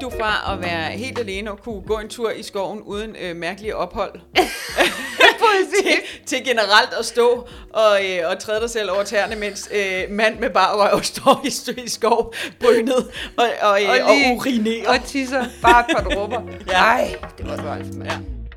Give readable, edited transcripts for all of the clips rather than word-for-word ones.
du fra at være helt alene og kunne gå en tur i skoven uden mærkelige ophold, til generelt at stå og træde dig selv over tæerne, mens mand med bare røv står i skov, brynet og urinerer. Og tisser bare et par dråber. Ja. Ej, det var dårligt, mand. Ja.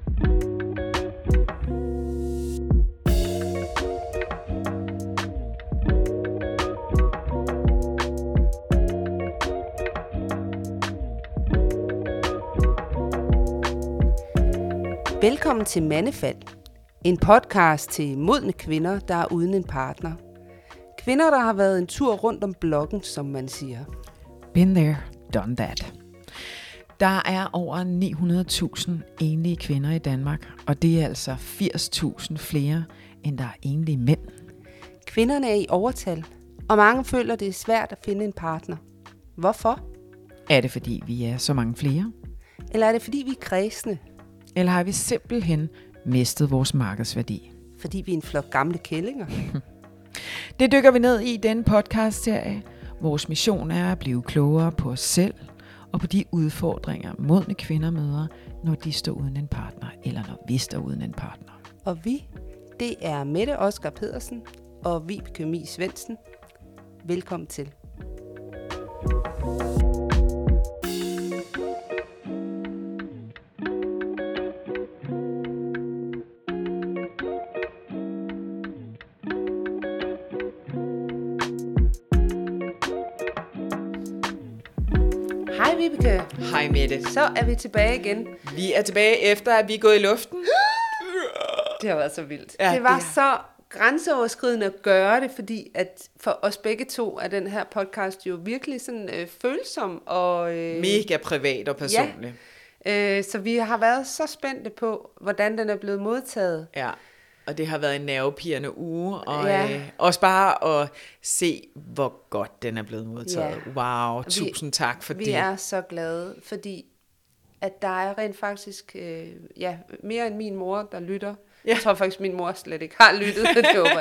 Velkommen til Mandefald, en podcast til modne kvinder, der er uden en partner. Kvinder, der har været en tur rundt om blokken, som man siger. Been there, done that. Der er over 900.000 enlige kvinder i Danmark, og det er altså 80.000 flere, end der er enlige mænd. Kvinderne er i overtal, og mange føler, det er svært at finde en partner. Hvorfor? Er det fordi, vi er så mange flere? Eller er det fordi, vi er kræsne? Eller har vi simpelthen mistet vores markedsværdi? Fordi vi er en flok gamle kællinger? Det dykker vi ned i denne podcast-serie. Vores mission er at blive klogere på os selv og på de udfordringer, modne kvinder møder, når de står uden en partner, eller når vi står uden en partner. Og vi, det er Mette Oscar Pedersen og Vibeke Mie Svendsen. Velkommen til. Hej Vibeke. Hej Mette. Så er vi tilbage igen. Vi er tilbage efter, at vi er gået i luften. Det har været så vildt. Ja, det var det så grænseoverskridende at gøre det, fordi at for os begge to er den her podcast jo virkelig sådan følsom og Mega privat og personlig. Ja. Så vi har været så spændte på, hvordan den er blevet modtaget. Ja, og det har været en nervepirrende uge, og også bare at se, hvor godt den er blevet modtaget. Ja. Wow, tusind tak for det. Vi er så glade, fordi at der er rent faktisk mere end min mor, der lytter. Ja. Jeg tror faktisk, min mor slet ikke har lyttet, det håber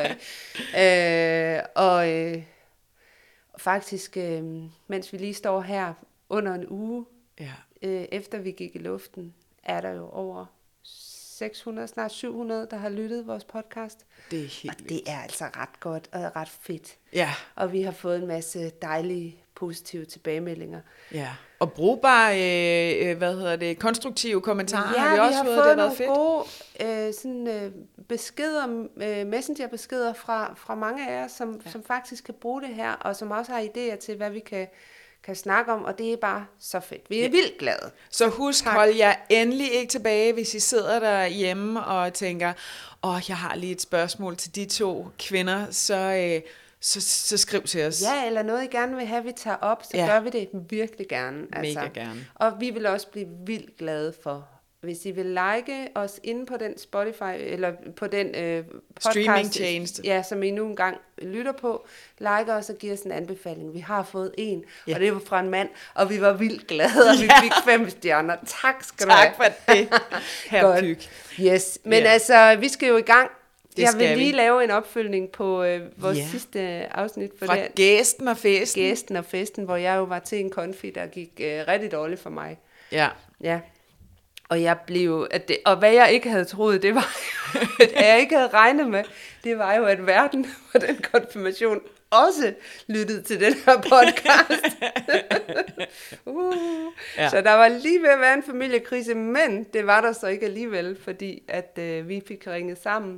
jeg. Faktisk, mens vi lige står her under en uge, efter vi gik i luften, er der jo over 600, snart 700, der har lyttet vores podcast. Det er helt og det er altså ret godt og ret fedt. Ja. Og vi har fået en masse dejlige, positive tilbagemeldinger. Ja. Og brugbare, konstruktive kommentarer har vi også fået. Det har været fedt. gode beskeder, messengerbeskeder fra mange af jer, som faktisk kan bruge det her, og som også har idéer til, hvad vi kan snakke om, og det er bare så fedt. Vi er vildt glade. Så husk, hold jer endelig ikke tilbage, hvis I sidder derhjemme og tænker, jeg har lige et spørgsmål til de to kvinder, så skriv til os. Ja, eller noget I gerne vil have, vi tager op, så gør vi det virkelig gerne. Altså. Mega gerne. Og vi vil også blive vildt glade for, hvis I vil like os inde på den Spotify, eller på den podcast, streamingtjeneste, som I nu engang lytter på, like os og giv os en anbefaling. Vi har fået en, og det var fra en mand, og vi var vildt glade, og vi fik 5 stjerner. Tak skal du have. Tak for det, her Pyg. Yes, men altså, vi skal jo i gang. Jeg vil lige lave en opfølgning på vores sidste afsnit. Fra gæsten og festen. Gæsten og festen, hvor jeg jo var til en konfi, der gik rigtig dårligt for mig. Ja. Ja. Og jeg blev, og hvad jeg ikke havde troet, det var, at jeg ikke havde regnet med, det var jo, at verden for den konfirmation også lyttede til den her podcast. Så der var lige ved at være en familiekrise, men det var der så ikke alligevel, fordi at vi fik ringet sammen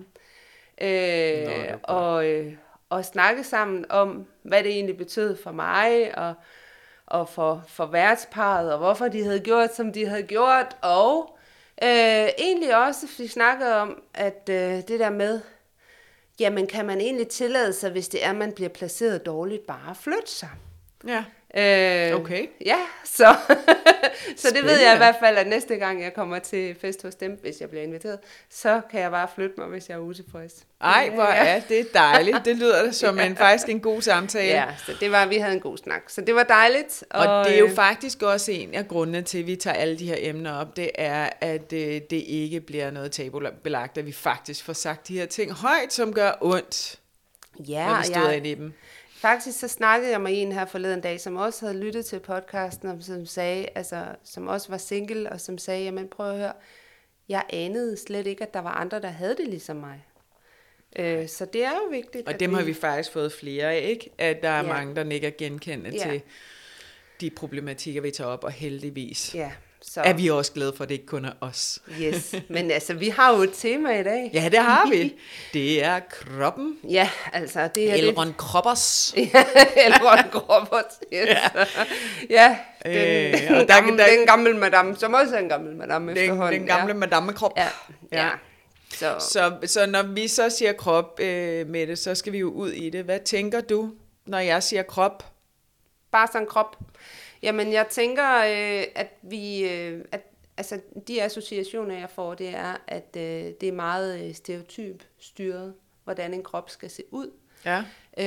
og snakket sammen om, hvad det egentlig betød for mig, og for værtsparret, og hvorfor de havde gjort, som de havde gjort, og egentlig også, vi snakkede om, at det der med, jamen kan man egentlig tillade sig, hvis det er, man bliver placeret dårligt, bare at flytte sig? Ja. Okay. Ja, så det ved jeg i hvert fald, at næste gang jeg kommer til fest hos dem, hvis jeg bliver inviteret, så kan jeg bare flytte mig, hvis jeg er utilfreds. Ej, hvor er det dejligt. Det lyder som faktisk en god samtale. Ja, så vi havde en god snak. Så det var dejligt. Og det er jo faktisk også en af grundene til, at vi tager alle de her emner op, det er, at det ikke bliver noget tabubelagt, at vi faktisk får sagt de her ting højt, som gør ondt, når vi støder ind i dem. Faktisk så snakkede jeg med en her forleden dag, som også havde lyttet til podcasten, og som sagde, altså, som også var single, og som sagde, jamen prøv at høre, jeg anede slet ikke, at der var andre, der havde det ligesom mig. Så det er jo vigtigt. Og dem har vi faktisk fået flere af, ikke? At der er Ja. mange, der nikker genkendende Ja. til de problematikker, vi tager op, og heldigvis Ja, så er vi også glade for, at det ikke kun er os. yes. Men altså, vi har jo et tema i dag. Ja, det har vi. Det er kroppen. Ja, altså, det er Elrond Kroppers. Elrond Kroppers. Yes. Ja, den gamle madame, som også er en gammel madame efterhånden. Den gamle madammekrop. Ja, ja. Ja. Så når vi så siger krop, Mette, så skal vi jo ud i det. Hvad tænker du, når jeg siger krop? Bare sådan en krop. Jamen, jeg tænker, at vi... altså, de associationer, jeg får, det er, at det er meget stereotyp styret, hvordan en krop skal se ud. Ja.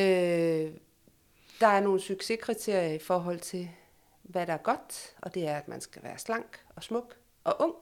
Der er nogle succeskriterier i forhold til, hvad der er godt, og det er, at man skal være slank og smuk og ung.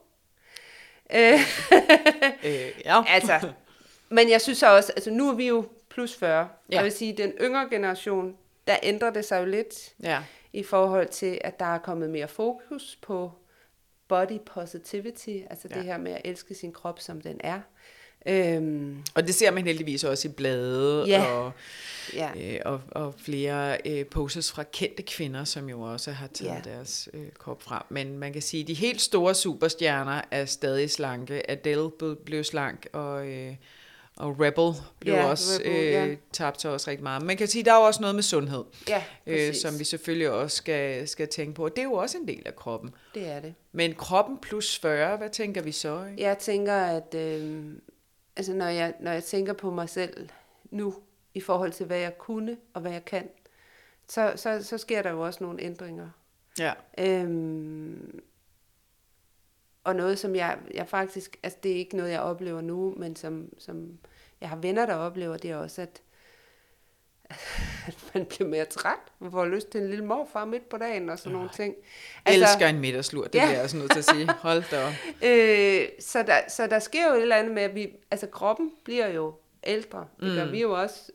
Ja. Altså, men jeg synes også, altså nu er vi jo plus 40. Ja. Jeg vil sige, den yngre generation, der ændrer det sig jo lidt Ja. i forhold til, at der er kommet mere fokus på body positivity, altså det her med at elske sin krop, som den er. Og det ser man heldigvis også i blade Ja. og flere poses fra kendte kvinder, som jo også har taget deres krop frem. Men man kan sige, at de helt store superstjerner er stadig slanke. Adele blev slank, og Rebel blev også tabt sig også rigtig meget. Man kan sige, at der er jo også noget med sundhed, som vi selvfølgelig også skal tænke på. Det er jo også en del af kroppen. Det er det. Men kroppen plus 40, hvad tænker vi så? Ikke? Jeg tænker, at altså når jeg tænker på mig selv nu, i forhold til hvad jeg kunne og hvad jeg kan, så sker der jo også nogle ændringer. Ja. Og noget, som jeg faktisk, altså det er ikke noget, jeg oplever nu, men som jeg har venner, der oplever, det er også, at man bliver mere træt. Man får lyst til en lille morfar midt på dagen og sådan nogle ting. Altså, elsker en middagslur, det bliver jeg også nødt til at sige. Hold da op. Så der sker jo et eller andet med, at vi, altså kroppen bliver jo ældre. Det gør vi jo også.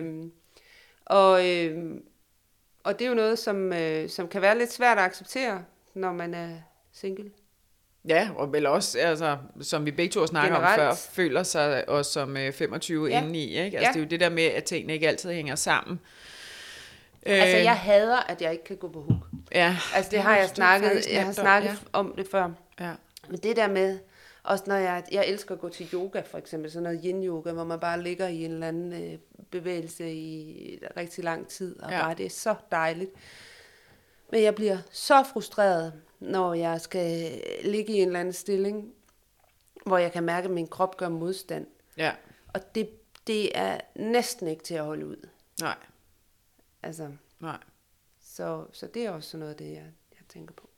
Og det er jo noget, som kan være lidt svært at acceptere, når man er single. Ja, og vel også, altså, som vi begge to snakker om før, føler sig også som 25 indeni, ikke? Altså, det er jo det der med, at tingene ikke altid hænger sammen. Altså, jeg hader, at jeg ikke kan gå på hook. Ja. Altså, det har jeg snakket, om det før. Ja. Men det der med, også når jeg elsker at gå til yoga, for eksempel, sådan noget yin-yoga, hvor man bare ligger i en eller anden bevægelse i rigtig lang tid, og bare det er så dejligt. Men jeg bliver så frustreret, når jeg skal ligge i en eller anden stilling, hvor jeg kan mærke, at min krop gør modstand. Ja. Og det er næsten ikke til at holde ud. Nej. Altså. Nej. Så det er også sådan noget af det, jeg tænker på.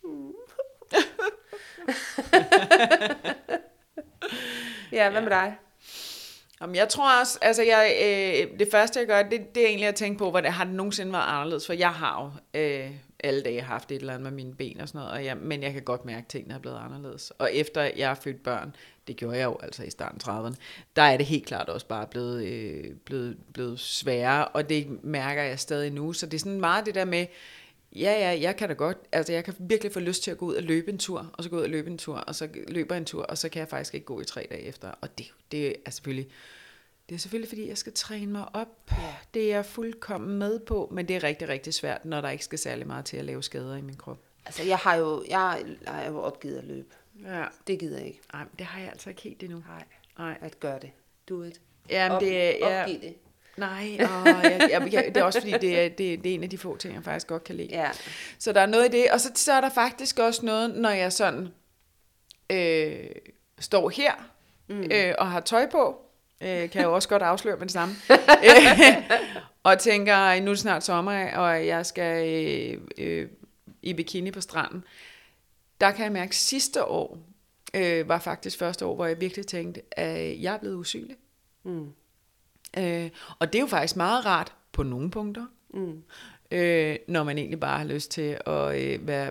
Ja, hvad med dig? Jamen, jeg tror også, altså det første jeg gør, det er egentlig at tænke på, hvordan har det nogensinde været anderledes, for jeg har jo alle dage haft et eller andet med mine ben og sådan noget, men jeg kan godt mærke, at tingene er blevet anderledes. Og efter jeg har født børn, det gjorde jeg jo altså i starten af 30'erne, der er det helt klart også bare blevet sværere, og det mærker jeg stadig nu, så det er sådan meget det der med, jeg kan da godt, altså jeg kan virkelig få lyst til at gå ud og løbe en tur, og så gå ud og løbe en tur, og så løber en tur, og så kan jeg faktisk ikke gå i 3 dage efter, og det er selvfølgelig, fordi jeg skal træne mig op. Ja. Det er jeg fuldkommen med på, men det er rigtig, rigtig svært, når der ikke skal særlig meget til at lave skader i min krop. Altså jeg har jo opgivet at løbe. Ja. Det gider jeg ikke. Nej, det har jeg altså ikke helt endnu. Nej. At gøre det. Do it. Jamen, opgiv det. Nej, det er også fordi, det er en af de få ting, jeg faktisk godt kan lide. Ja. Så der er noget i det, og så er der faktisk også noget, når jeg sådan står her og har tøj på, kan jeg jo også godt afsløre med det samme, og tænker, nu er det snart sommer, og jeg skal i bikini på stranden. Der kan jeg mærke, at sidste år var faktisk første år, hvor jeg virkelig tænkte, at jeg er blevet usynlig. Og det er jo faktisk meget rart på nogle punkter, når man egentlig bare har lyst til at være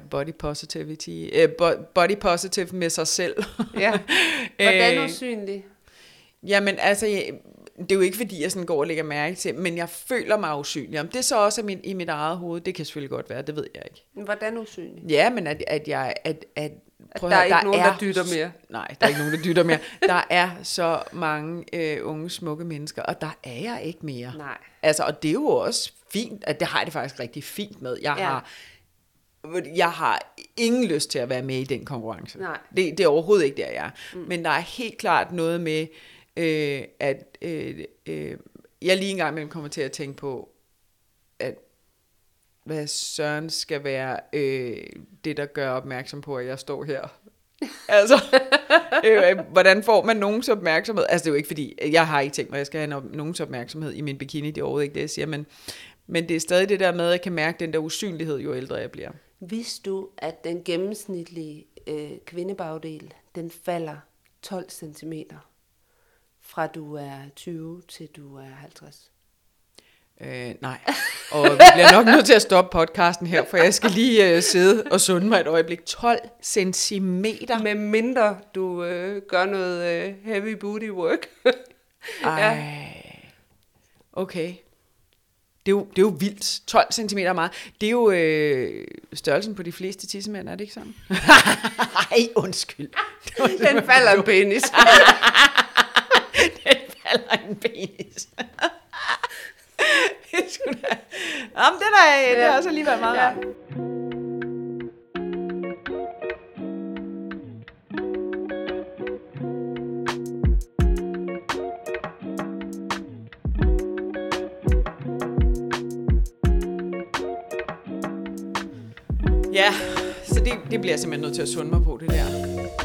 body positive med sig selv. Ja. Hvordan usynlig? Jamen altså, det er jo ikke fordi, jeg sådan går og lægger mærke til, men jeg føler mig usynlig. Om det så også er i mit eget hoved, det kan selvfølgelig godt være, det ved jeg ikke. Hvordan usynlig? Ja, men at der er ikke nogen, der dytter mere. Nej, der er ikke nogen, der dytter mere. Der er så mange unge, smukke mennesker, og der er jeg ikke mere. Nej. Altså, og det er jo også fint, at det har jeg det faktisk rigtig fint med. Jeg har ingen lyst til at være med i den konkurrence. Nej. Det er overhovedet ikke der, jeg er. Men der er helt klart noget med, at jeg lige engang imellem kommer til at tænke på, at hvad søren skal være det, der gør opmærksom på, at jeg står her. Altså, hvordan får man nogens opmærksomhed? Altså, det er jo ikke fordi, jeg har ikke tænkt mig, at jeg skal have nogens opmærksomhed i min bikini. Det er overhovedet ikke det, jeg siger. Men det er stadig det der med, at jeg kan mærke den der usynlighed, jo ældre jeg bliver. Vidste du, at den gennemsnitlige kvindebagdel, den falder 12 cm fra du er 20 til du er 50? Nej, og vi bliver nok nødt til at stoppe podcasten her, for jeg skal lige sidde og sunde mig et øjeblik. 12 centimeter. Med mindre du gør noget heavy booty work. Ej, okay. Det er jo vildt. 12 centimeter er meget. Det er jo størrelsen på de fleste tissemænd, er det ikke sådan? Ej, undskyld. Den falder en penis. Den falder en penis. Jamen, det er også alligevel meget rart. Ja, så det bliver jeg simpelthen nødt til at sunde mig på, det der.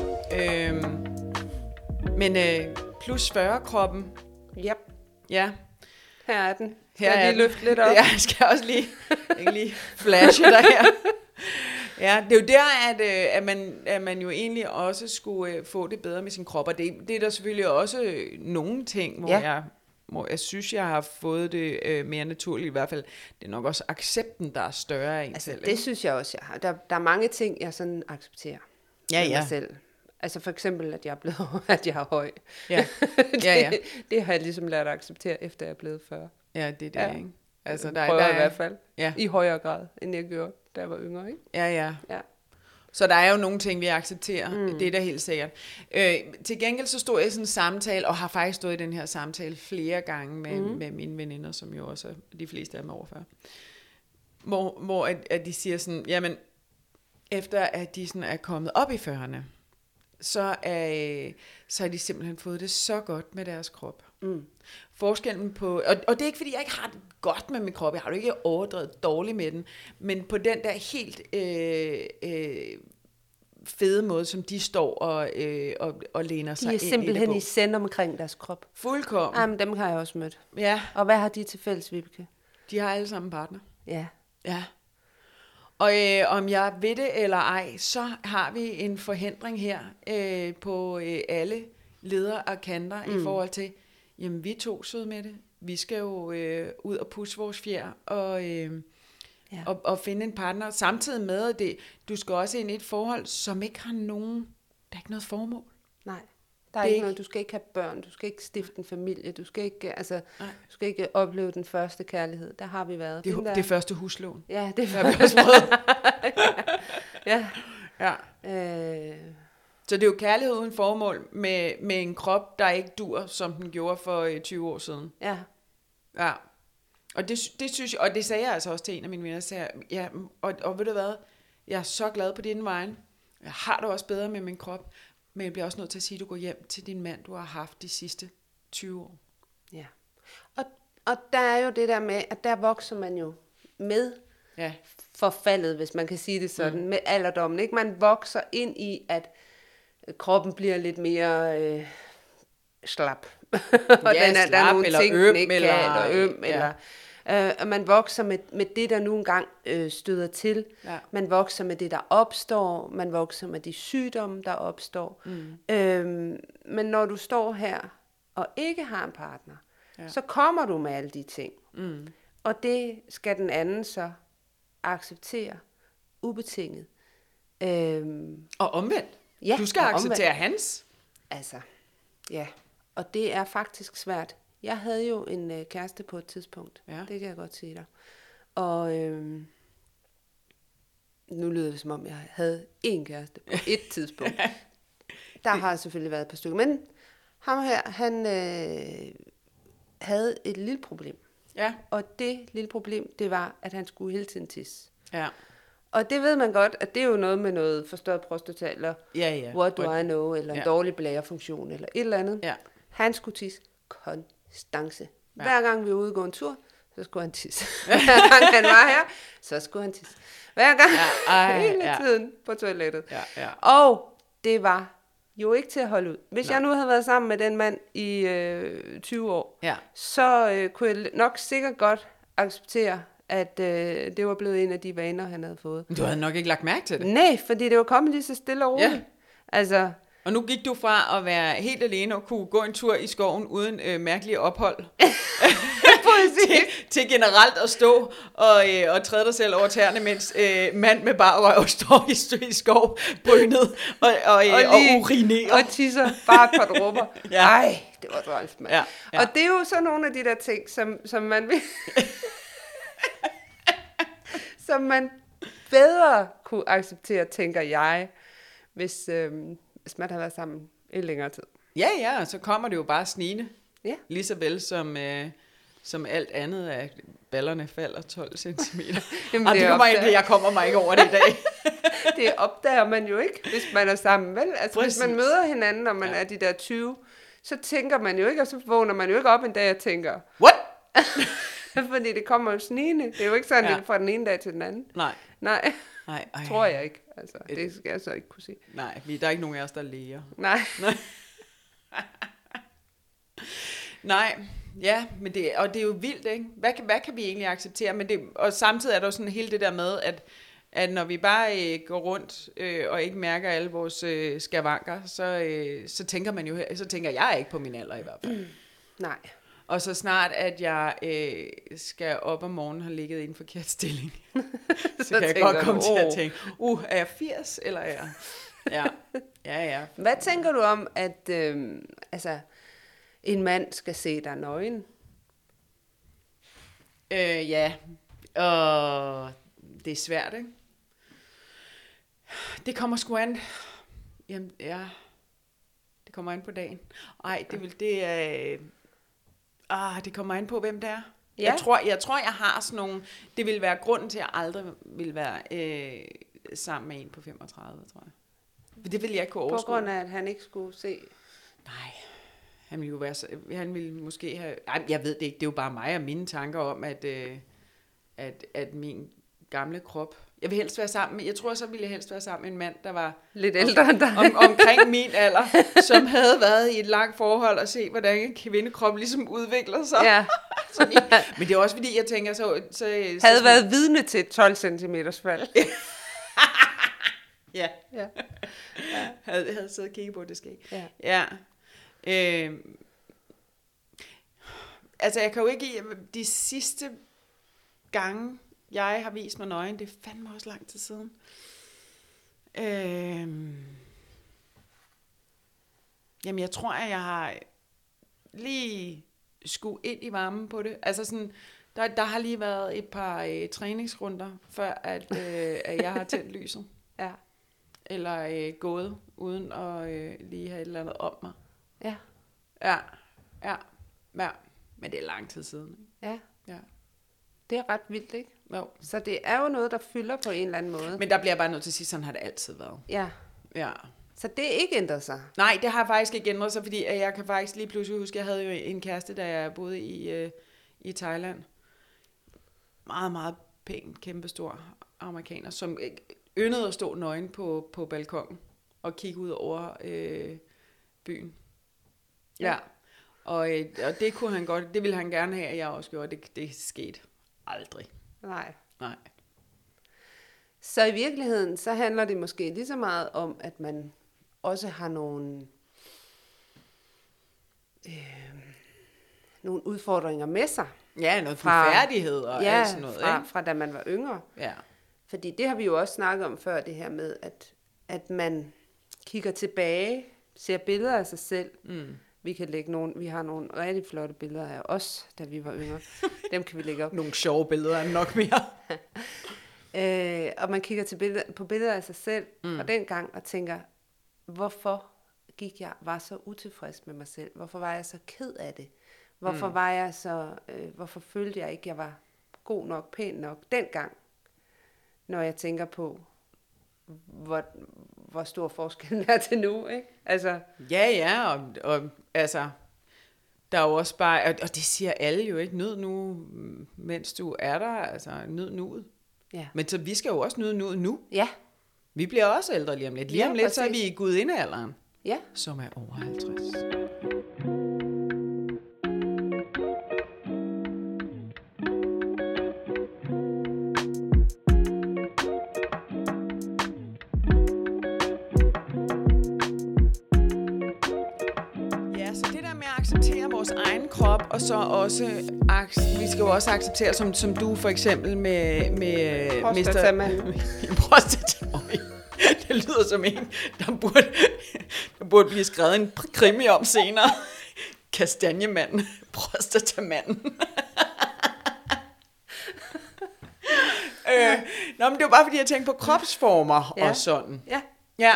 Men plus 40-kroppen. Yep. Ja. Her er den. Her skal jeg lige løfte lidt op? Ja, jeg skal også lige flashe dig her. Ja, det er jo der, at man jo egentlig også skulle få det bedre med sin krop, og det er der selvfølgelig også nogle ting, hvor jeg synes, jeg har fået det mere naturligt, i hvert fald. Det er nok også accepten, der er større af en selv. Det synes jeg også, jeg har. Der er mange ting, jeg sådan accepterer med mig selv. Altså for eksempel, at jeg er blevet, at jeg er høj. Ja. Det har jeg ligesom lært at acceptere, efter jeg er blevet 40. Ja, det er det, ikke? Altså, der prøver i hvert fald. Ja. I højere grad, end jeg gjorde, da jeg var yngre, ikke? Ja. Så der er jo nogle ting, vi accepterer. Det er da helt sikkert. Til gengæld så stod jeg i sådan en samtale, og har faktisk stået i den her samtale flere gange med mine veninder, som jo også de fleste af dem over 40. Hvor at de siger sådan, jamen, efter at de sådan er kommet op i 40'erne, så har de simpelthen fået det så godt med deres krop. Forskellen på, og det er ikke fordi jeg ikke har det godt med min krop, jeg har jo ikke overdrevet dårligt med den, men på den der helt fede måde, som de står og læner sig ind i det på. De er simpelthen i send omkring deres krop. Fuldkommen. Jamen, dem har jeg også mødt. Ja. Og hvad har de til fælles, Vibeke? De har alle sammen partner. Ja. Og om jeg ved det eller ej, så har vi en forhindring her på alle ledere og kanter i forhold til, jamen vi er 2 søde med det. Vi skal jo ud og pusse vores fjer og finde en partner. Samtidig med det, du skal også ind i et forhold, som ikke har nogen, der er ikke noget formål. Nej. Der er ikke noget, du skal ikke have børn, du skal ikke stifte en familie, du skal ikke opleve den første kærlighed. Der har vi været. Det første huslån. Ja, det har vi også prøvet. Ja. Så det er jo kærlighed uden formål med en krop, der ikke dur, som den gjorde for 20 år siden. Ja. Ja. Og det synes jeg, og det sagde jeg altså også til en af mine venner, sagde, ja, og ved du hvad, jeg er så glad på din vej. Jeg har det også bedre med min krop, men jeg bliver også nødt til at sige, at du går hjem til din mand, du har haft de sidste 20 år. Ja. Og der er jo det der med, at der vokser man jo med forfaldet, hvis man kan sige det sådan, med alderdommen. Ikke? Man vokser ind i, at kroppen bliver lidt mere slap. Og slap, der er nogle eller ting, øm, ikke eller, kan, eller øm, eller... Og man vokser med det, der nogle gange støder til. Ja. Man vokser med det, der opstår. Man vokser med de sygdomme, der opstår. Men når du står her og ikke har en partner, så kommer du med alle de ting. Og det skal den anden så acceptere ubetinget. Og omvendt. Ja, du skal acceptere hans. Altså, ja. Og det er faktisk svært Jeg havde jo en kæreste på et tidspunkt. Ja. Det kan jeg godt sige dig. Og nu lyder det som om, jeg havde én kæreste på et tidspunkt. Der har selvfølgelig været et par stykker. Men ham her, han havde et lille problem. Ja. Og det lille problem, det var, at han skulle hele tiden tisse. Ja. Og det ved man godt, at det er jo noget med noget forstørret prostata, eller Ja. what do I know, eller en Ja. dårlig blærefunktion, eller et eller andet. Ja. Han skulle tisse konstance. Ja. Hver gang vi var ude og gå en tur, så skulle han tisse. Hver gang han var her, så skulle han tisse. Hver gang, hele tiden på toilettet. Ja. Og det var jo ikke til at holde ud. Hvis jeg nu havde været sammen med den mand i 20 år, så kunne jeg nok sikkert godt acceptere, at det var blevet en af de vaner, han havde fået. Du havde nok ikke lagt mærke til det. Nej, fordi det var kommet lige så stille og roligt. Ja. Altså, Og nu gik du fra at være helt alene og kunne gå en tur i skoven uden mærkelige ophold, til generelt at stå og træde dig selv over tæerne, mens mand med bare røv står i skov, brynet og urinerer. Og tisser bare et par dråber. Ja. Ej, det var træls, mand. Ja. Og det er jo så nogle af de der ting, som man vil... som man bedre kunne acceptere, tænker jeg, hvis man har været sammen i længere tid. Ja, så kommer det jo bare snigende. Ja. Lige så vel som alt andet, at ballerne falder 12 cm. Jamen, Jeg kommer mig ikke over det i dag. Det opdager man jo ikke, hvis man er sammen, vel? Altså, hvis man møder hinanden, når man er de der 20, så tænker man jo ikke, og så vågner man jo ikke op en dag og tænker, what? Fordi det kommer jo snigende. Det er jo ikke sådan, det er fra den ene dag til den anden. Nej. Tror jeg ikke. Altså, det skal jeg så ikke kunne sige. Nej, der er ikke nogen af os, der læger. Nej. Nej, ja, men det er jo vildt, ikke? Hvad kan vi egentlig acceptere? Men og samtidig er der jo sådan hele det der med, at når vi bare går rundt og ikke mærker alle vores skavanker, så tænker jeg ikke på min alder i hvert fald. Nej. Og så snart, at jeg skal op om morgenen og har ligget i en forkert stilling, så kan jeg godt komme til at tænke, er jeg 80, eller er jeg... Ja. Hvad tænker du om, at en mand skal se dig nøgen? Ja, og det er svært, ikke? Det kommer sgu an. Jamen, ja. Det kommer an på dagen. Ej, det kommer an på, hvem det er. Ja. Jeg tror, jeg har sådan nogle... Det vil være grunden til, at jeg aldrig vil være sammen med en på 35, tror jeg. For det vil jeg ikke kunne overskue. På grund af, at han ikke skulle se... Nej, han ville måske have... Ej, jeg ved det ikke, det er jo bare mig og mine tanker om, at min gamle krop... Jeg vil helst være sammen med... Jeg tror, så ville jeg helst være sammen med en mand, der var... Lidt ældre end dig. Omkring min alder, som havde været i et langt forhold og se, hvordan en kvindekrop ligesom udvikler sig. Ja. Men det er også fordi, jeg tænker så havde været vidne til et 12 cm fald. Ja. Havde siddet og kigget på det ske. Ja. Altså, jeg kan jo ikke... De sidste gange, jeg har vist mig nøgen, det er fandme også lang tid siden. Jamen, jeg tror, at jeg har lige skulle ind i varmen på det. Altså sådan, der har lige været et par træningsrunder, før at jeg har tændt lyset. Ja. Eller gået, uden at lige have et eller andet om mig. Ja. Men det er lang tid siden. Ja. Ja. Det er ret vildt, ikke? Jo. Så det er jo noget, der fylder på en eller anden måde. Men der bliver jeg bare nødt til at sige, sådan har det altid været. Ja. Så det er ikke ændret sig? Nej, det har faktisk ikke ændret sig, fordi jeg kan faktisk lige pludselig huske, at jeg havde jo en kæreste, da jeg boede i Thailand. Meget, meget pæn, kæmpestor amerikaner, som yndede at stå nøgen på balkongen og kigge ud over byen. Ja. Og det kunne han godt, det ville han gerne have, at jeg også gjorde. Det skete aldrig. Nej. Så i virkeligheden, så handler det måske lige så meget om, at man også har nogle udfordringer med sig. Ja, noget færdighed og alt sådan noget. Fra da man var yngre. Ja. Fordi det har vi jo også snakket om før, det her med, at man kigger tilbage, ser billeder af sig selv, Vi har nogle rigtig flotte billeder af os, da vi var yngre. Dem kan vi lægge op. Nogle sjove billeder er nok mere. Og man kigger på billeder af sig selv, og dengang, og tænker, hvorfor var så utilfreds med mig selv? Hvorfor var jeg så ked af det? Hvorfor var jeg så, hvorfor følte jeg ikke, jeg var god nok, pæn nok dengang, når jeg tænker på, hvor stor forskellen er til nu, ikke? Altså. Ja, og altså, der er jo også bare, og det siger alle jo ikke, nyd nu, mens du er der, altså nyd nuet. Ja. Men så vi skal jo også nyde nuet nu. Ja. Vi bliver også ældre lige om lidt. Lige om lidt, så er vi i gudindealderen, som er over 50. Vores egen krop, og så også, vi skal jo også acceptere, som du for eksempel med prostatamand. Det lyder som en, der burde blive skrevet en krimi om senere. Kastanjemanden, prostatamanden. Men det var bare fordi, jeg tænkte på kropsformer og sådan. Ja.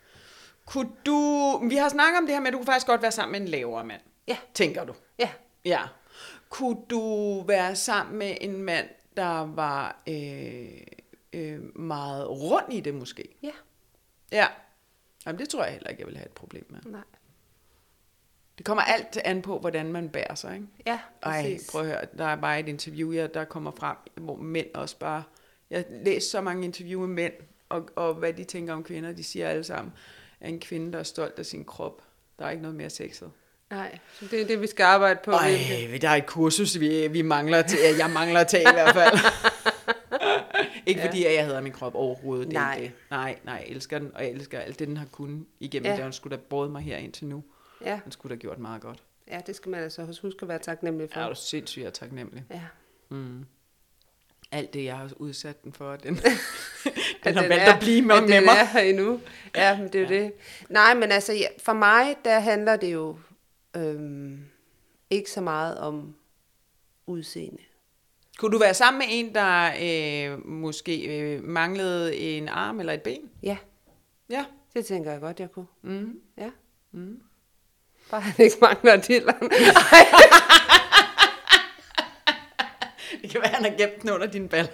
Vi har snakket om det her med, at du kunne faktisk godt være sammen med en lavere mand. Ja. Tænker du? Ja. Kunne du være sammen med en mand, der var meget rund i det måske? Ja. Jamen, det tror jeg heller ikke, jeg vil have et problem med. Nej. Det kommer alt an på, hvordan man bærer sig, ikke? Ja, præcis. Prøv at høre, der er bare et interview, der kommer frem, hvor mænd også bare... Jeg læser så mange interview med mænd, og hvad de tænker om kvinder. De siger alle sammen, at en kvinde, der er stolt af sin krop, der er ikke noget mere sexet. Nej, så det er det, vi skal arbejde på. Der er et kursus, vi mangler til. Jeg mangler at tage i hvert fald. Ikke fordi, at jeg hader min krop overhovedet. Nej. Nej, jeg elsker den, og jeg elsker alt det, den har kunnet igennem det. Hun skulle da båret mig her indtil nu. Ja. Den skulle da gjort meget godt. Ja, det skal man altså huske at være taknemmelig for. Ja, du er sindssygt taknemmelig. Ja. Alt det, jeg har udsat den for, den har valgt at blive med mig. Den er her endnu. Ja, men det er jo det. Nej, men altså, for mig, der handler det jo ikke så meget om udseende. Kunne du være sammen med en, der måske manglede en arm eller et ben? Ja. Ja. Det tænker jeg godt, jeg kunne. Ja. Bare han ikke mangler dilleren. Det kan være, han har gemt den under dine baller.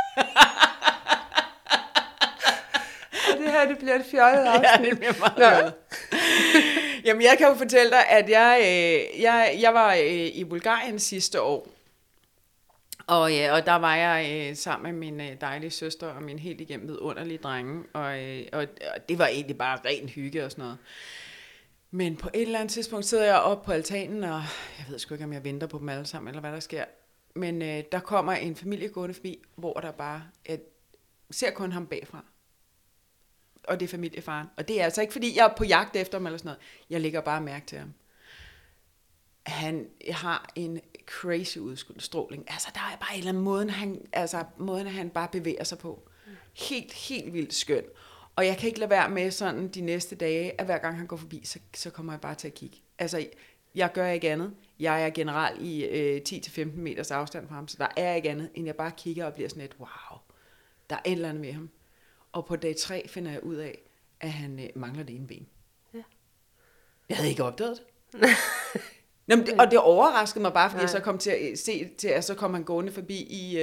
Og det her, det bliver et fjollet afsnit. Ja, det bliver meget fjollet. Jamen, jeg kan jo fortælle dig, at jeg var i Bulgarien sidste år. Og der var jeg sammen med min dejlige søster og min helt igennem vidunderlige drenge. Og det var egentlig bare ren hygge og sådan noget. Men på et eller andet tidspunkt sidder jeg oppe på altanen, og jeg ved sgu ikke, om jeg venter på dem alle sammen, eller hvad der sker. Men der kommer en familie gående forbi, hvor der bare ser kun ham bagfra. Og det er familiefaren. Og det er altså ikke, fordi jeg er på jagt efter ham eller sådan noget. Jeg lægger bare mærke til ham. Han har en crazy udstråling. Altså, der er bare en eller anden måden, han bare bevæger sig på. Helt vildt skøn. Og jeg kan ikke lade være med sådan de næste dage, at hver gang han går forbi, så kommer jeg bare til at kigge. Altså, jeg gør ikke andet. Jeg er generelt i 10-15 meters afstand fra ham, så der er ikke andet, end jeg bare kigger og bliver sådan lidt, wow, der er et eller andet med ham. Og på dag 3 finder jeg ud af, at han mangler det ene ben. Ja. Jeg havde ikke opdaget det. Og det overraskede mig bare, fordi jeg så kom til at se, at så kom han gående forbi i,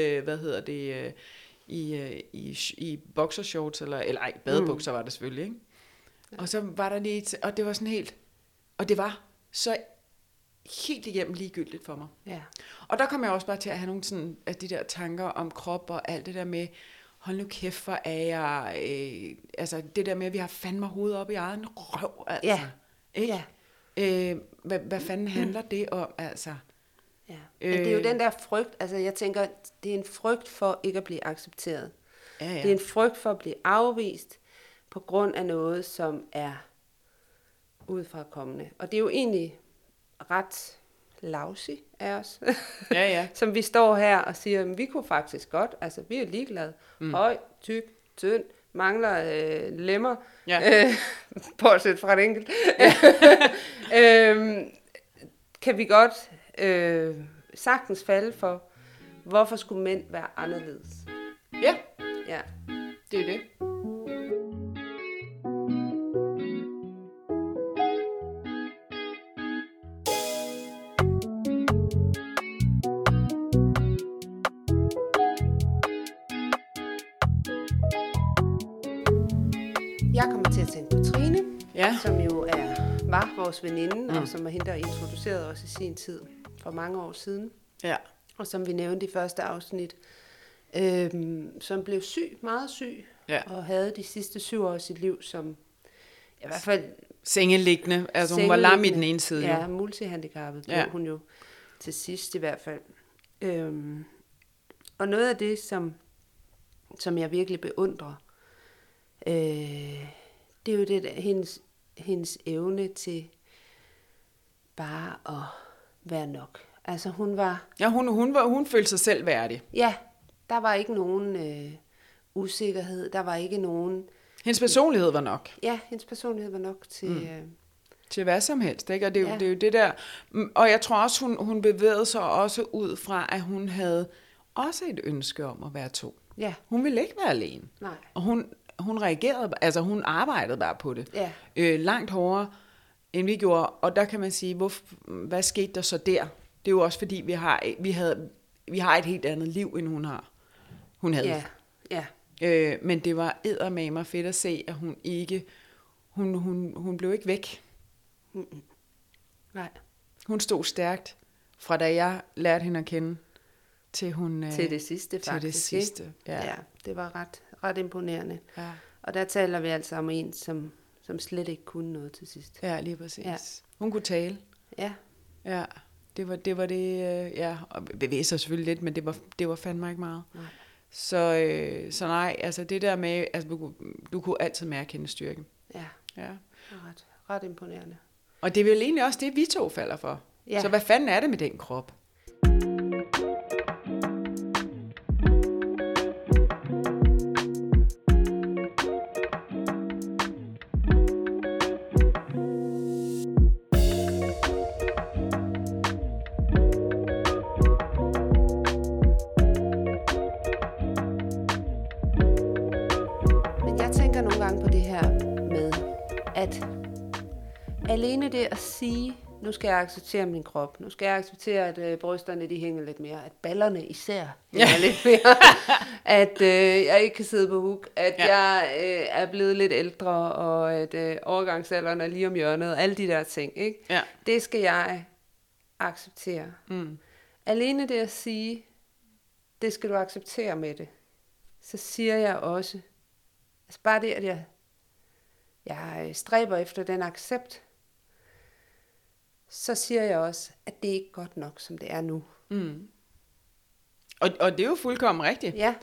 i boxershorts, eller ej, badebukser var det selvfølgelig, ikke? Og så var der lige, og det var sådan helt, og det var så helt igennem ligegyldigt for mig. Ja. Og der kom jeg også bare til at have nogle sådan, af de der tanker om krop og alt det der med, hold nu kæft, hvor er jeg, altså det der med, at vi har fandme hovedet op i egen røv, altså. Ja. Ikke? Ja. Hvad fanden handler det om, altså? Ja. Men det er jo den der frygt, altså jeg tænker, det er en frygt for ikke at blive accepteret. Ja. Det er en frygt for at blive afvist på grund af noget, som er udefrakommende. Og det er jo egentlig ret lousy af os, som vi står her og siger, vi kunne faktisk godt, altså vi er ligeglade, høj, tyk, tynd, mangler lemmer, bortset fra et enkelt. kan vi godt sagtens falde for, hvorfor skulle mænd være anderledes? Ja, Ja. det er det. Jeg kommer til at tænke på Trine, Ja. som jo var vores veninde, og som var hende, der introducerede os i sin tid for mange år siden. Ja. Og som vi nævnte i første afsnit, som blev syg, meget syg, og havde de sidste 7 år af sit liv som i hvert fald Sengeliggende. Altså hun var lam i den ene side. Ja, Jo. multihandicappet blev hun jo til sidst i hvert fald. Og noget af det, som jeg virkelig beundrer, det er jo det, hendes evne til bare at være nok. Altså hun var... Ja, hun følte sig selv værdig. Ja, der var ikke nogen usikkerhed, der var ikke nogen... Hendes personlighed var nok. Ja, hendes personlighed var nok til... Til hvad som helst, ikke? Og det er jo det der... Og jeg tror også, hun bevægede sig også ud fra, at hun havde også et ønske om at være 2. Ja. Hun ville ikke være alene. Nej. Og hun reagerede, altså hun arbejdede bare på det. Ja. Langt hårdere, end vi gjorde. Og der kan man sige, hvad skete der så der? Det er jo også fordi, vi har et helt andet liv, end hun havde. Ja, ja. Men det var eddermame fedt at se, at hun ikke... Hun blev ikke væk. Nej. Hun stod stærkt, fra da jeg lærte hende at kende, til hun... Til det sidste, faktisk. Til det sidste, ja. Det var ret imponerende. Ja. Og der taler vi altså om en, som slet ikke kunne noget til sidst. Ja, lige præcis. Ja. Hun kunne tale. Ja. Ja, det var det, ja, og bevæge sig selvfølgelig lidt, men det var fandme ikke meget. Nej. Så nej, altså det der med, altså du kunne altid mærke hendes styrke. Ja, Ja. det var ret imponerende. Og det er vel egentlig også det, vi 2 falder for. Ja. Så hvad fanden er det med den krop? Men jeg tænker nogle gange på det her med, at alene det at sige, nu skal jeg acceptere min krop, nu skal jeg acceptere, at brysterne de hænger lidt mere, at ballerne især hænger lidt mere, at jeg ikke kan sidde på huk, at jeg er blevet lidt ældre, og at overgangsalderen er lige om hjørnet, alle de der ting, ikke? Ja. Det skal jeg acceptere. Alene det at sige, det skal du acceptere med det, så siger jeg også, altså bare det, at jeg stræber efter den accept, så siger jeg også, at det ikke er godt nok, som det er nu. Og det er jo fuldkommen rigtigt. Ja,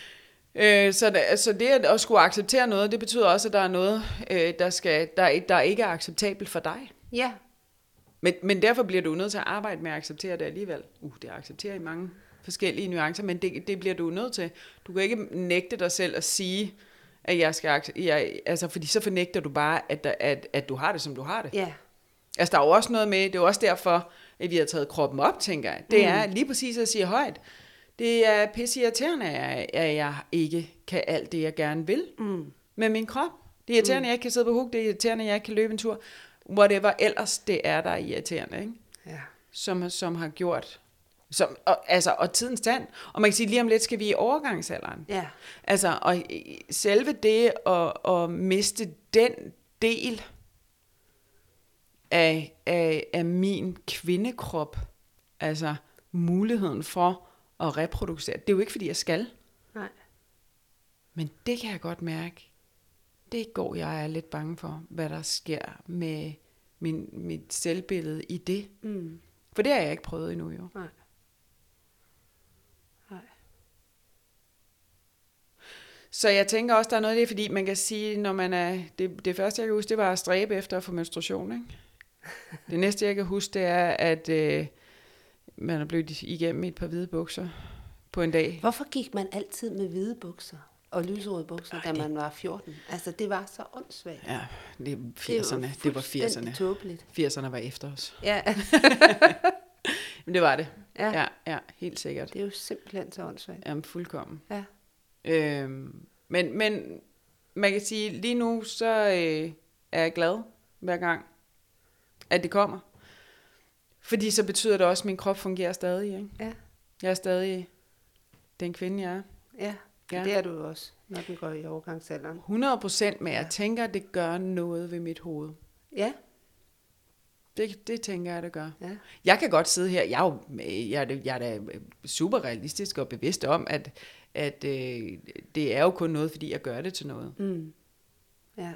Så det at skulle acceptere noget, det betyder også, at der er noget, der ikke er acceptabelt for dig. ja, Men derfor bliver du nødt til at arbejde med at acceptere det alligevel. Det accepterer i mange forskellige nuancer, men det bliver du nødt til. Du kan ikke nægte dig selv at sige, at jeg skal altså fordi så fornægter du bare, at du har det, som du har det. ja, Altså der er jo også noget med, det er jo også derfor, at vi har taget kroppen op, tænker jeg. Det er lige præcis at sige højt. Det er pisseirriterende, at jeg ikke kan alt det, jeg gerne vil med min krop. Det er irriterende, at jeg ikke kan sidde på huk. Det er irriterende, at jeg ikke kan løbe en tur. Whatever ellers det er, der er irriterende, ikke? ja, Som har gjort... Og tidens tand. Og man kan sige, lige om lidt skal vi i overgangsalderen. ja, Altså, og selve det at miste den del af min kvindekrop, altså muligheden for at reproducere, det er jo ikke, fordi jeg skal. nej, Men det kan jeg godt mærke. Det går jeg er lidt bange for, hvad der sker med mit selvbillede i det. For det har jeg ikke prøvet endnu, jo. nej, nej, Så jeg tænker også, der er noget af det, fordi man kan sige, når man er... Det første, jeg kan huske, det var at stræbe efter at få menstruation, ikke? Det næste, jeg kan huske, det er, at man er blevet igennem et par hvide bukser på en dag. Hvorfor gik man altid med hvide bukser? og lyserøde bukser, da man var 14. Altså, det var så åndssvagt. Ja, det er 80'erne. Det var 80'erne. Tåbeligt. 80'erne var efter os. Ja. Men det var det. Ja. Ja, helt sikkert. Det er jo simpelthen så åndssvagt. Jamen, fuldkommen. Ja. Men man kan sige, lige nu, så er jeg glad hver gang, at det kommer. Fordi så betyder det også, at min krop fungerer stadig. Ikke? Ja. Jeg er stadig den kvinde, jeg er. Ja, Ja. det er du jo også, når den går i overgangsalderen. 100%, men jeg tænker, at det gør noget ved mit hoved. Ja. Det tænker jeg, det gør. Ja. Jeg kan godt sidde her, jeg er da super realistisk og bevidst om, at det er jo kun noget, fordi jeg gør det til noget. Mm. Ja.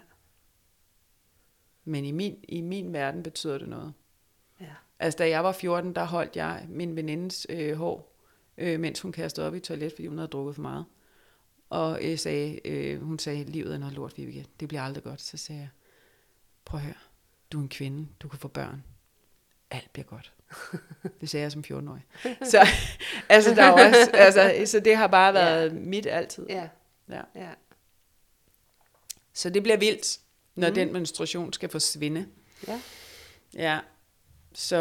Men i min verden betyder det noget. Ja. Altså, da jeg var 14, der holdt jeg min venindes hår, mens hun kastede op i toilet, fordi hun havde drukket for meget. Og hun sagde, livet er noget lort, Vibeke. Det bliver aldrig godt. Så sagde jeg, prøv at høre, du er en kvinde, du kan få børn. Alt bliver godt. Det sagde jeg som 14-årig. Så, altså, der er også, så det har bare været mit altid. Ja. Ja. Ja. Så det bliver vildt, når den menstruation skal forsvinde. Ja. Ja. Så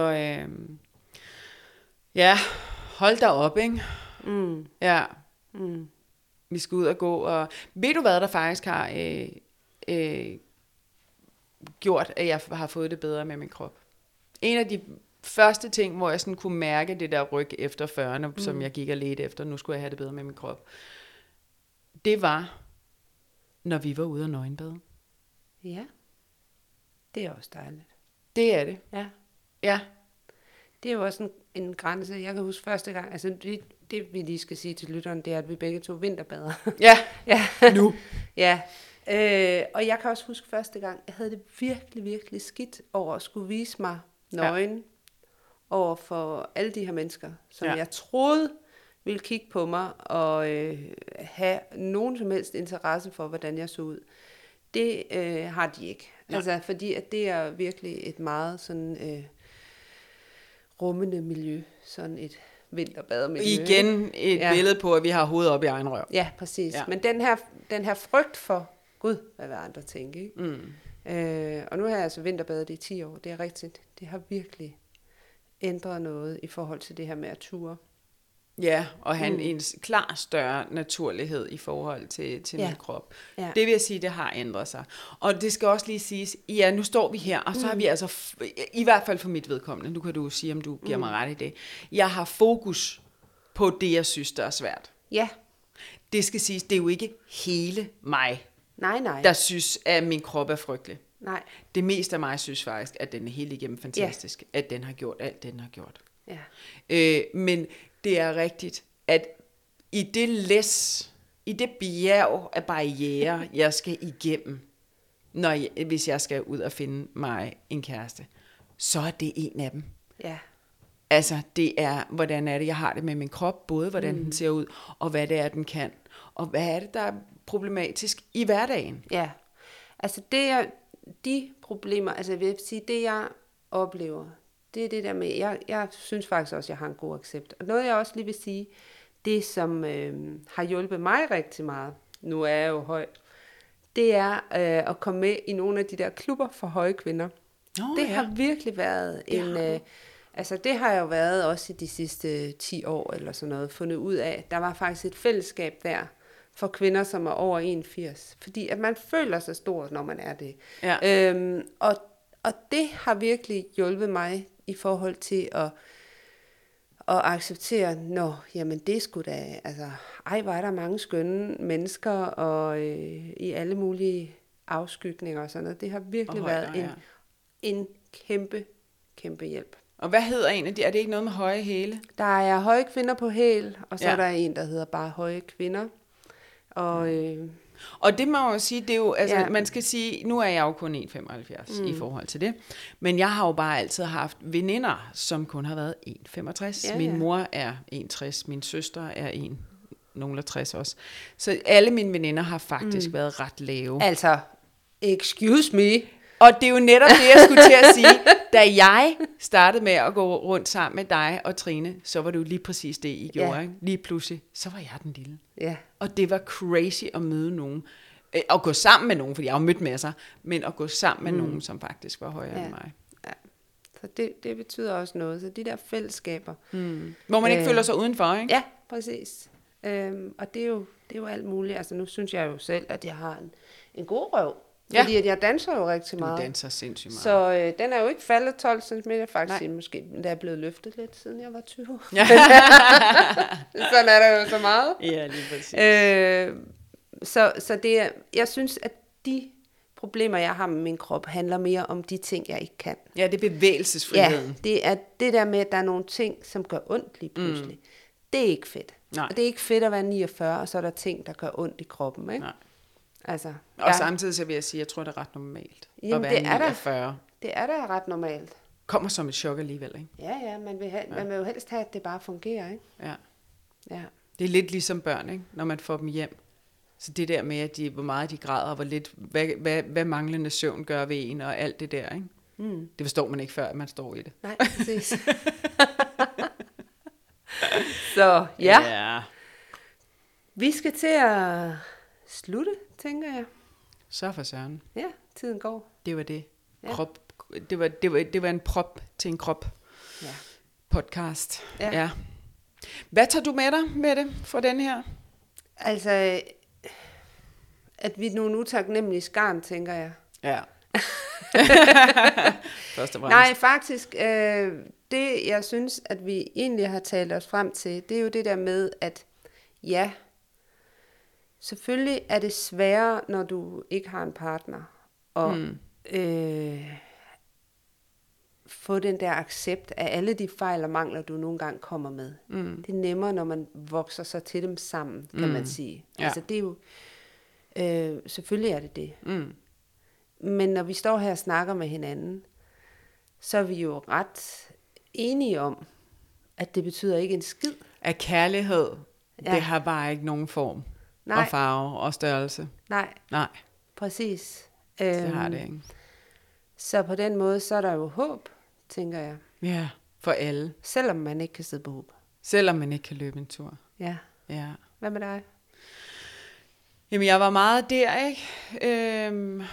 ja, hold da op, ikke? Mm. Ja. Mm. Vi skal ud og gå, og ved du hvad, der faktisk har gjort, at jeg har fået det bedre med min krop? En af de første ting, hvor jeg sådan kunne mærke det der ryg efter 40'erne, som jeg gik og ledte efter, nu skulle jeg have det bedre med min krop, det var, når vi var ude og nøgenbade. Ja. Det er også dejligt. Det er det. Ja. Ja. Det er jo også en grænse. Jeg kan huske første gang, altså det vi lige skal sige til lytteren, det er, at vi begge to vinterbader. Ja, Ja. nu. Ja. Og jeg kan også huske første gang, jeg havde det virkelig, virkelig skidt over at skulle vise mig nøgen over for alle de her mennesker, som jeg troede ville kigge på mig og have nogen som helst interesse for, hvordan jeg så ud. Det har de ikke. Ja. Altså, fordi at det er virkelig et meget sådan rummende miljø. Sådan et vinterbademiljø. Igen et billede på, at vi har hovedet op i egen røv. Ja, præcis. Ja. Men den her frygt for, Gud, hvad vil andre tænke, ikke? Mm. Og nu har jeg altså vinterbadet i 10 år. Det er rigtigt. Det har virkelig ændret noget i forhold til det her med at ture. Ja, og have en klar større naturlighed i forhold til min krop. Ja. Det vil jeg sige, det har ændret sig. Og det skal også lige siges, ja, nu står vi her, og så har vi altså, i hvert fald for mit vedkommende, nu kan du sige, om du giver mig ret i det, jeg har fokus på det, jeg synes, der er svært. Ja. Det skal siges, det er jo ikke hele mig, nej. der synes, at min krop er frygtelig. Nej. Det meste af mig synes faktisk, at den er helt igennem fantastisk, at den har gjort alt, den har gjort. Ja. Men det er rigtigt, at i det bjerg af barrierer, jeg skal igennem, hvis jeg skal ud og finde mig en kæreste, så er det en af dem. Ja. Altså, det er, hvordan er det, jeg har det med min krop, både hvordan den ser ud, og hvad det er, den kan, og hvad er det, der er problematisk i hverdagen. Ja, altså de problemer, altså jeg vil sige, det jeg oplever, det er det der med, jeg synes faktisk også, jeg har en god accept. Og noget jeg også lige vil sige, det som har hjulpet mig rigtig meget, nu er jeg jo høj, det er at komme med i nogle af de der klubber for høje kvinder. Det har virkelig været altså det har jeg jo været også i de sidste 10 år eller sådan noget, fundet ud af. Der var faktisk et fællesskab der for kvinder, som er over 81. Fordi at man føler sig stor, når man er det. Ja. Og det har virkelig hjulpet mig i forhold til at acceptere, jamen det er sgu da, altså, hvor er der mange skønne mennesker, og i alle mulige afskygninger og sådan noget. Det har virkelig været en kæmpe, kæmpe hjælp. Og hvad hedder en af de? Er det ikke noget med høje hæle? Der er høje kvinder på hæl, og så er der en, der hedder bare høje kvinder. Og det må jeg jo sige, det er jo, altså man skal sige, nu er jeg jo kun 1,75 i forhold til det, men jeg har jo bare altid haft veninder, som kun har været 1,65. Min mor er 1,60, min søster er nogle af 60 også. Så alle mine veninder har faktisk været ret lave. Altså, excuse me. Og det er jo netop det, jeg skulle til at sige. Da jeg startede med at gå rundt sammen med dig og Trine, så var det jo lige præcis det, I gjorde. Ikke? Lige pludselig, så var jeg den lille. Ja. Og det var crazy at møde nogen. At gå sammen med nogen, fordi jeg har jo mødt masser, men at gå sammen med nogen, som faktisk var højere end mig. Ja. Så det betyder også noget. Så de der fællesskaber. Hvor man ikke føler sig udenfor, ikke? Ja, præcis. Og det er jo alt muligt. Altså nu synes jeg jo selv, at jeg har en god røv. Fordi at jeg danser jo rigtig meget. Du danser sindssygt meget. Så den er jo ikke faldet 12 cm, faktisk måske. Den er blevet løftet lidt, siden jeg var 20. Ja. Sådan er der jo så meget. Ja, lige præcis. Så det er, jeg synes, at de problemer, jeg har med min krop, handler mere om de ting, jeg ikke kan. Ja, det er bevægelsesfriheden. Ja, det er det der med, at der er nogle ting, som gør ondt lige pludselig. Det er ikke fedt. Nej. Og det er ikke fedt at være 49, og så er der ting, der gør ondt i kroppen, ikke? Nej. Altså, Og samtidig så vil jeg sige, at jeg tror, det er ret normalt at være 49. Det er da ret normalt. Kommer som et chok alligevel, ikke? Ja, man vil jo helst have, at det bare fungerer, ikke? Ja. Det er lidt ligesom børn, ikke? Når man får dem hjem. Så det der med, at hvor meget de græder, og hvor lidt, hvad manglende søvn gør ved en, og alt det der, ikke? Det forstår man ikke, før at man står i det. Nej, præcis. Så ja. Vi skal til at slutte, tænker jeg. Så for søren. Ja, tiden går. Det var det. Ja. Krop. Det var en prop til en krop. Ja. Podcast. Ja. Hvad tager du med dig med det fra den her? Altså, at vi nu utaknemmelige skarn, tænker jeg. Ja. Først og fremmest. Nej, faktisk, det jeg synes, at vi egentlig har talt os frem til, det er jo det der med, at ja, selvfølgelig er det sværere, når du ikke har en partner, og få den der accept af alle de fejl og mangler, du nogle gange kommer med. Det er nemmere, når man vokser sig til dem sammen, kan man sige. Ja. Altså det er jo, selvfølgelig er det det. Men når vi står her og snakker med hinanden, så er vi jo ret enige om, at det betyder ikke en skid. At kærlighed, det har bare ikke nogen form. Nej. Og farve og størrelse. Nej. Præcis. Det har det ikke. Så på den måde, så er der jo håb, tænker jeg. Ja, for alle. Selvom man ikke kan sidde på håb. Selvom man ikke kan løbe en tur. Ja. Hvad med dig? Jamen, jeg var meget der, ikke?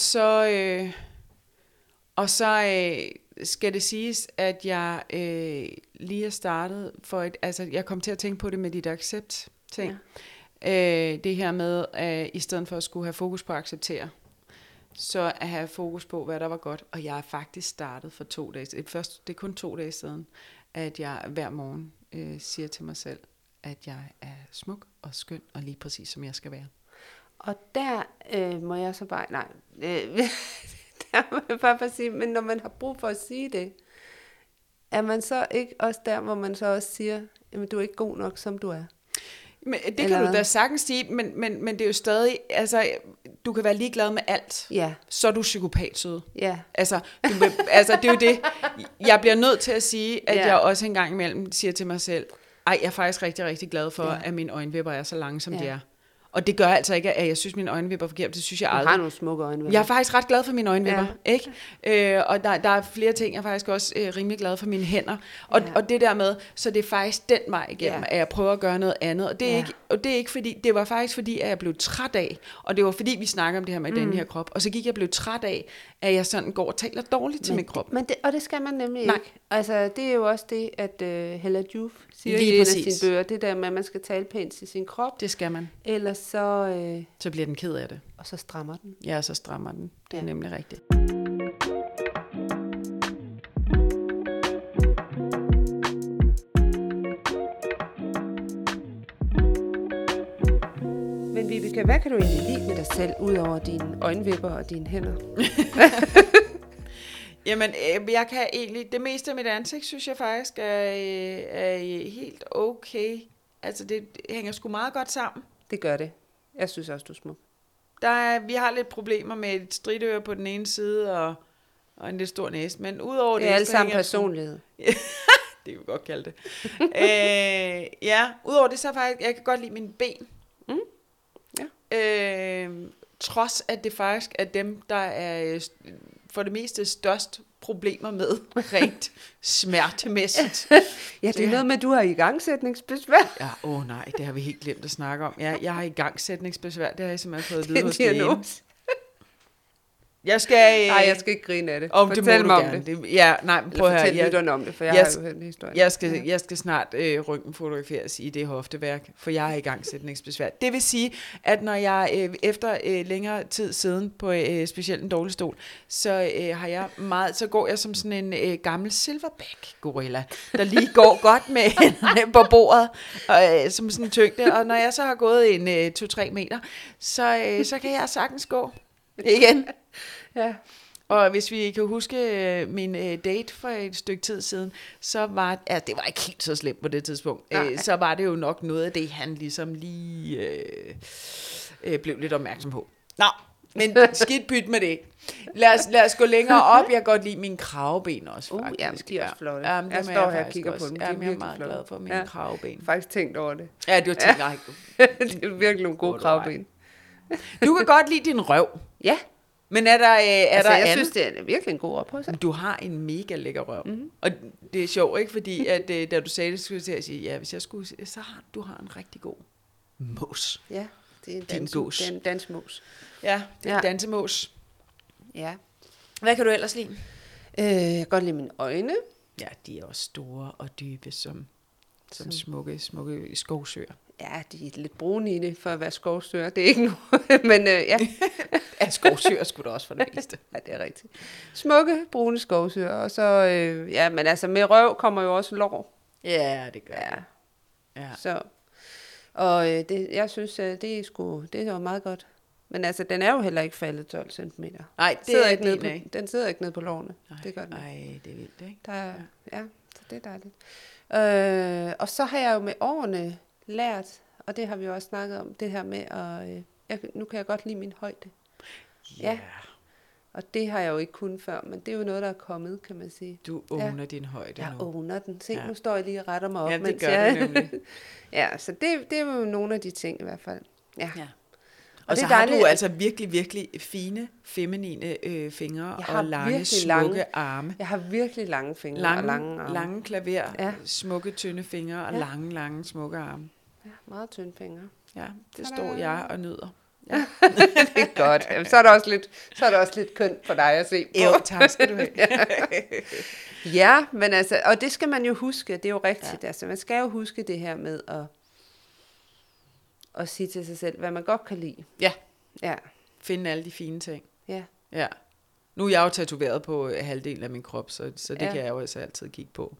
Og så skal det siges, at jeg lige er startet jeg kom til at tænke på det med dit accept-ting. Ja. Det her med, i stedet for at skulle have fokus på at acceptere, så at have fokus på, hvad der var godt. Og jeg er faktisk startet for 2 dage siden. Først, det er kun 2 dage siden, at jeg hver morgen siger til mig selv, at jeg er smuk og skøn og lige præcis, som jeg skal være. Og der må jeg så bare... Nej, der må jeg bare sige, men når man har brug for at sige det, er man så ikke også der, hvor man så også siger, jamen du er ikke god nok, som du er? Men det kan du da sagtens sige, men det er jo stadig, altså, du kan være ligeglad med alt, så er du psykopatsød. Ja. Altså, det er jo det. Jeg bliver nødt til at sige, at jeg også en gang imellem siger til mig selv, jeg er faktisk rigtig, rigtig glad for, at mine øjenvipper er så lange, som de er. Og det gør altså ikke, at jeg synes, mine øjenvipper er forkert. Det synes jeg aldrig. Du har nogle smukke øjenvipper. Jeg er faktisk ret glad for mine øjenvipper, ikke? Og der er flere ting, jeg er faktisk også rimelig glad for mine hænder. Og det der med, så det er faktisk den vej igennem, at jeg prøver at gøre noget andet. Og det er ikke fordi, det var faktisk fordi, at jeg blev træt af, og det var fordi, vi snakker om det her med den her krop, og så gik jeg blev træt af, at jeg sådan går og taler dårligt til min krop. Og det skal man nemlig ikke. Altså, det er jo også det, at Hella Juf siger lige i en af præcis. sine bøger, det der med, at man skal tale pænt til sin krop. Det skal man. Ellers så... så bliver den ked af det. Og så strammer den. Ja, så strammer den. Det er nemlig rigtigt. Men Vibeke, hvad kan du egentlig lide med dig selv, ud over dine øjenvipper og dine hænder? Jamen, jeg kan egentlig... Det meste af mit ansigt, synes jeg faktisk er helt okay. Altså, det hænger sgu meget godt sammen. Det gør det. Jeg synes også, du er smuk. Vi har lidt problemer med et stridtøre på den ene side, og en lidt stor næse. Men udover det... Det er alle sammen personlighed. Det kan vi godt kalde det. Udover det, så faktisk... Jeg kan godt lide mine ben. Ja. Trods at det faktisk er dem, der er for det meste størst problemer med, rent smertemæssigt. Ja, det er noget med, at du har igangsætningsbesvær. Ja, nej, det har vi helt glemt at snakke om. Ja, jeg har igangsætningsbesvær, det har jeg simpelthen fået at vide hos lægen. Jeg skal ikke grine af det. Fortæl mig om det. Prøv at høre. Fortæl lytterne om det, for jeg har jo hørt en historie. Jeg skal snart røntgenfotograferes i det hofteværk, for jeg har igangsætningsbesvær. Det vil sige, at når jeg efter længere tid siden på specielt en dårlig stol, så så går jeg som sådan en gammel silverback-gorilla, der lige går godt med på bordet, som sådan en tyngde. Og når jeg så har gået en 2-3 meter, så kan jeg sagtens gå igen. Ja. Og hvis vi kan huske min date for et stykke tid siden, så var det var ikke helt så slemt på det tidspunkt. Så var det jo nok noget af det, han ligesom lige blev lidt opmærksom på. Nå, men skidt pyt med det. Lad os gå længere op. Jeg kan godt lide mine kraveben også, faktisk. Ja, de er også flotte. Ja, jeg står her og kigger på dem. Jeg er meget glad for mine kraveben. Jeg har faktisk tænkt over det. Ja, du tænker det er virkelig nogle gode kravben. Du kan godt lide din røv. Ja. Men er der jeg synes, det er virkelig en god ophøjelse. Du har en mega lækker røv. Mm-hmm. Og det er sjovt, ikke? Fordi at, da du sagde det, skulle jeg sige, ja, hvis jeg skulle, så har du en rigtig god mos. Ja, det er en dansmos. Ja, det er en dansemos. Ja. Hvad kan du ellers lide? Jeg kan godt lide mine øjne. Ja, de er også store og dybe som smukke skovsøer. Ja, de er lidt brune i det, for at være skovsøer. Det er ikke noget, men ja. Ja, skovsøer skulle da også for det meste. Ja, det er rigtigt. Smukke, brune skovsøer. Og så, men altså med røv kommer jo også lår. Ja, det gør det. Ja. Så, og jeg synes, det er jo meget godt. Men altså, den er jo heller ikke faldet 12 cm. Nej, det er ikke nede den sidder ikke nede på lårene. Det gør den. Nej, det er vildt, ikke? Ja, så det er dejligt. Og så har jeg jo med årene lært, og det har vi jo også snakket om, det her med, nu kan jeg godt lide min højde. Yeah. Ja. Og det har jeg jo ikke kunnet før, men det er jo noget, der er kommet, kan man sige. Du owner din højde nu. Jeg owner den. Se, nu står jeg lige og retter mig op. Ja, det gør du nemlig. Ja, så det er jo nogle af de ting i hvert fald. Ja. Og så har du altså virkelig, virkelig fine, feminine fingre og lange, smukke arme. Jeg har virkelig lange fingre og lange arme. Lange klaver, smukke, tynde fingre og lange, smukke arme. Ja, meget tynde fingre. Ja, det står jeg og nyder. Ja. Det er godt. Jamen, så er det også lidt kønt for dig at se på. Jo, tak skal du have. Ja, men altså, og det skal man jo huske, det er jo rigtigt. Ja. Altså, man skal jo huske det her med at sige til sig selv, hvad man godt kan lide. Ja. Finde alle de fine ting. Ja. Nu er jeg jo tatoveret på halvdelen af min krop, så det kan jeg jo altså altid kigge på.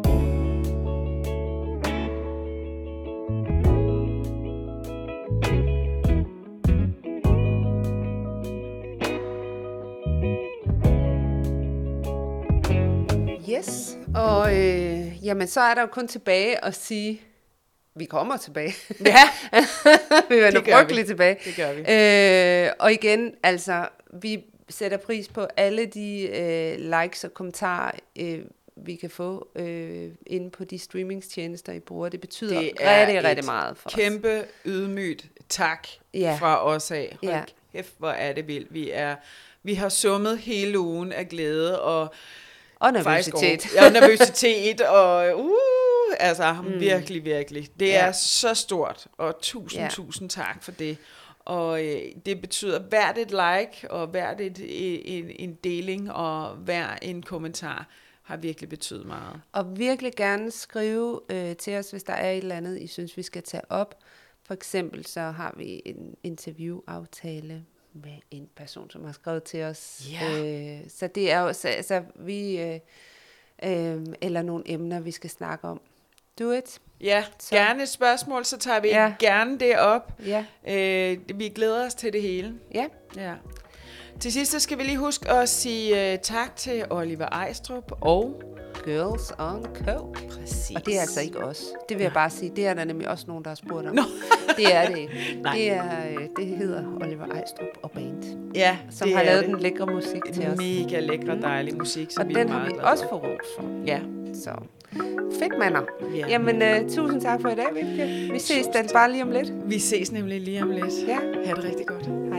Yes, og jamen så er der jo kun tilbage at sige, vi kommer tilbage. Ja, vi vender frygteligt tilbage. Det gør vi. Og igen, altså, vi sætter pris på alle de likes og kommentarer, vi kan få inde på de streamingstjenester, I bruger. Det betyder rigtig meget for os. Kæmpe ydmygt tak fra os af. Hold kæft, hvor er det vildt. Vi har summet hele ugen af glæde og nervøsitet. Nervøsitet og altså virkelig, virkelig. Det er så stort, og tusind tak for det. Og det betyder hvert et like, og hvert en deling, og hver en kommentar har virkelig betydet meget. Og virkelig gerne skrive til os, hvis der er et eller andet, I synes, vi skal tage op. For eksempel så har vi en interviewaftale med en person, som har skrevet til os. Så det er jo, altså vi, eller nogle emner, vi skal snakke om. Do it. Ja, så. Gerne et spørgsmål, så tager vi gerne det op. Ja. Vi glæder os til det hele. Ja. Til sidst så skal vi lige huske at sige tak til Oliver Ejstrup og Girls on Coke. Præcis. Og det er altså ikke os. Det vil jeg bare sige. Det er der nemlig også nogen, der har spurgt om. Det er det ikke. Det hedder Oliver Ejstrup og Band. Ja, som har lavet den lækre musik til os. Mega lækre, dejlig musik, som og vi den er meget har vi glade også fået ros for. Ja. Så fedt, mander. Ja. Jamen, tusind tak for i dag, Vibeke. Vi ses den bare lige om lidt. Vi ses nemlig lige om lidt. Ja. Ha' det rigtig godt.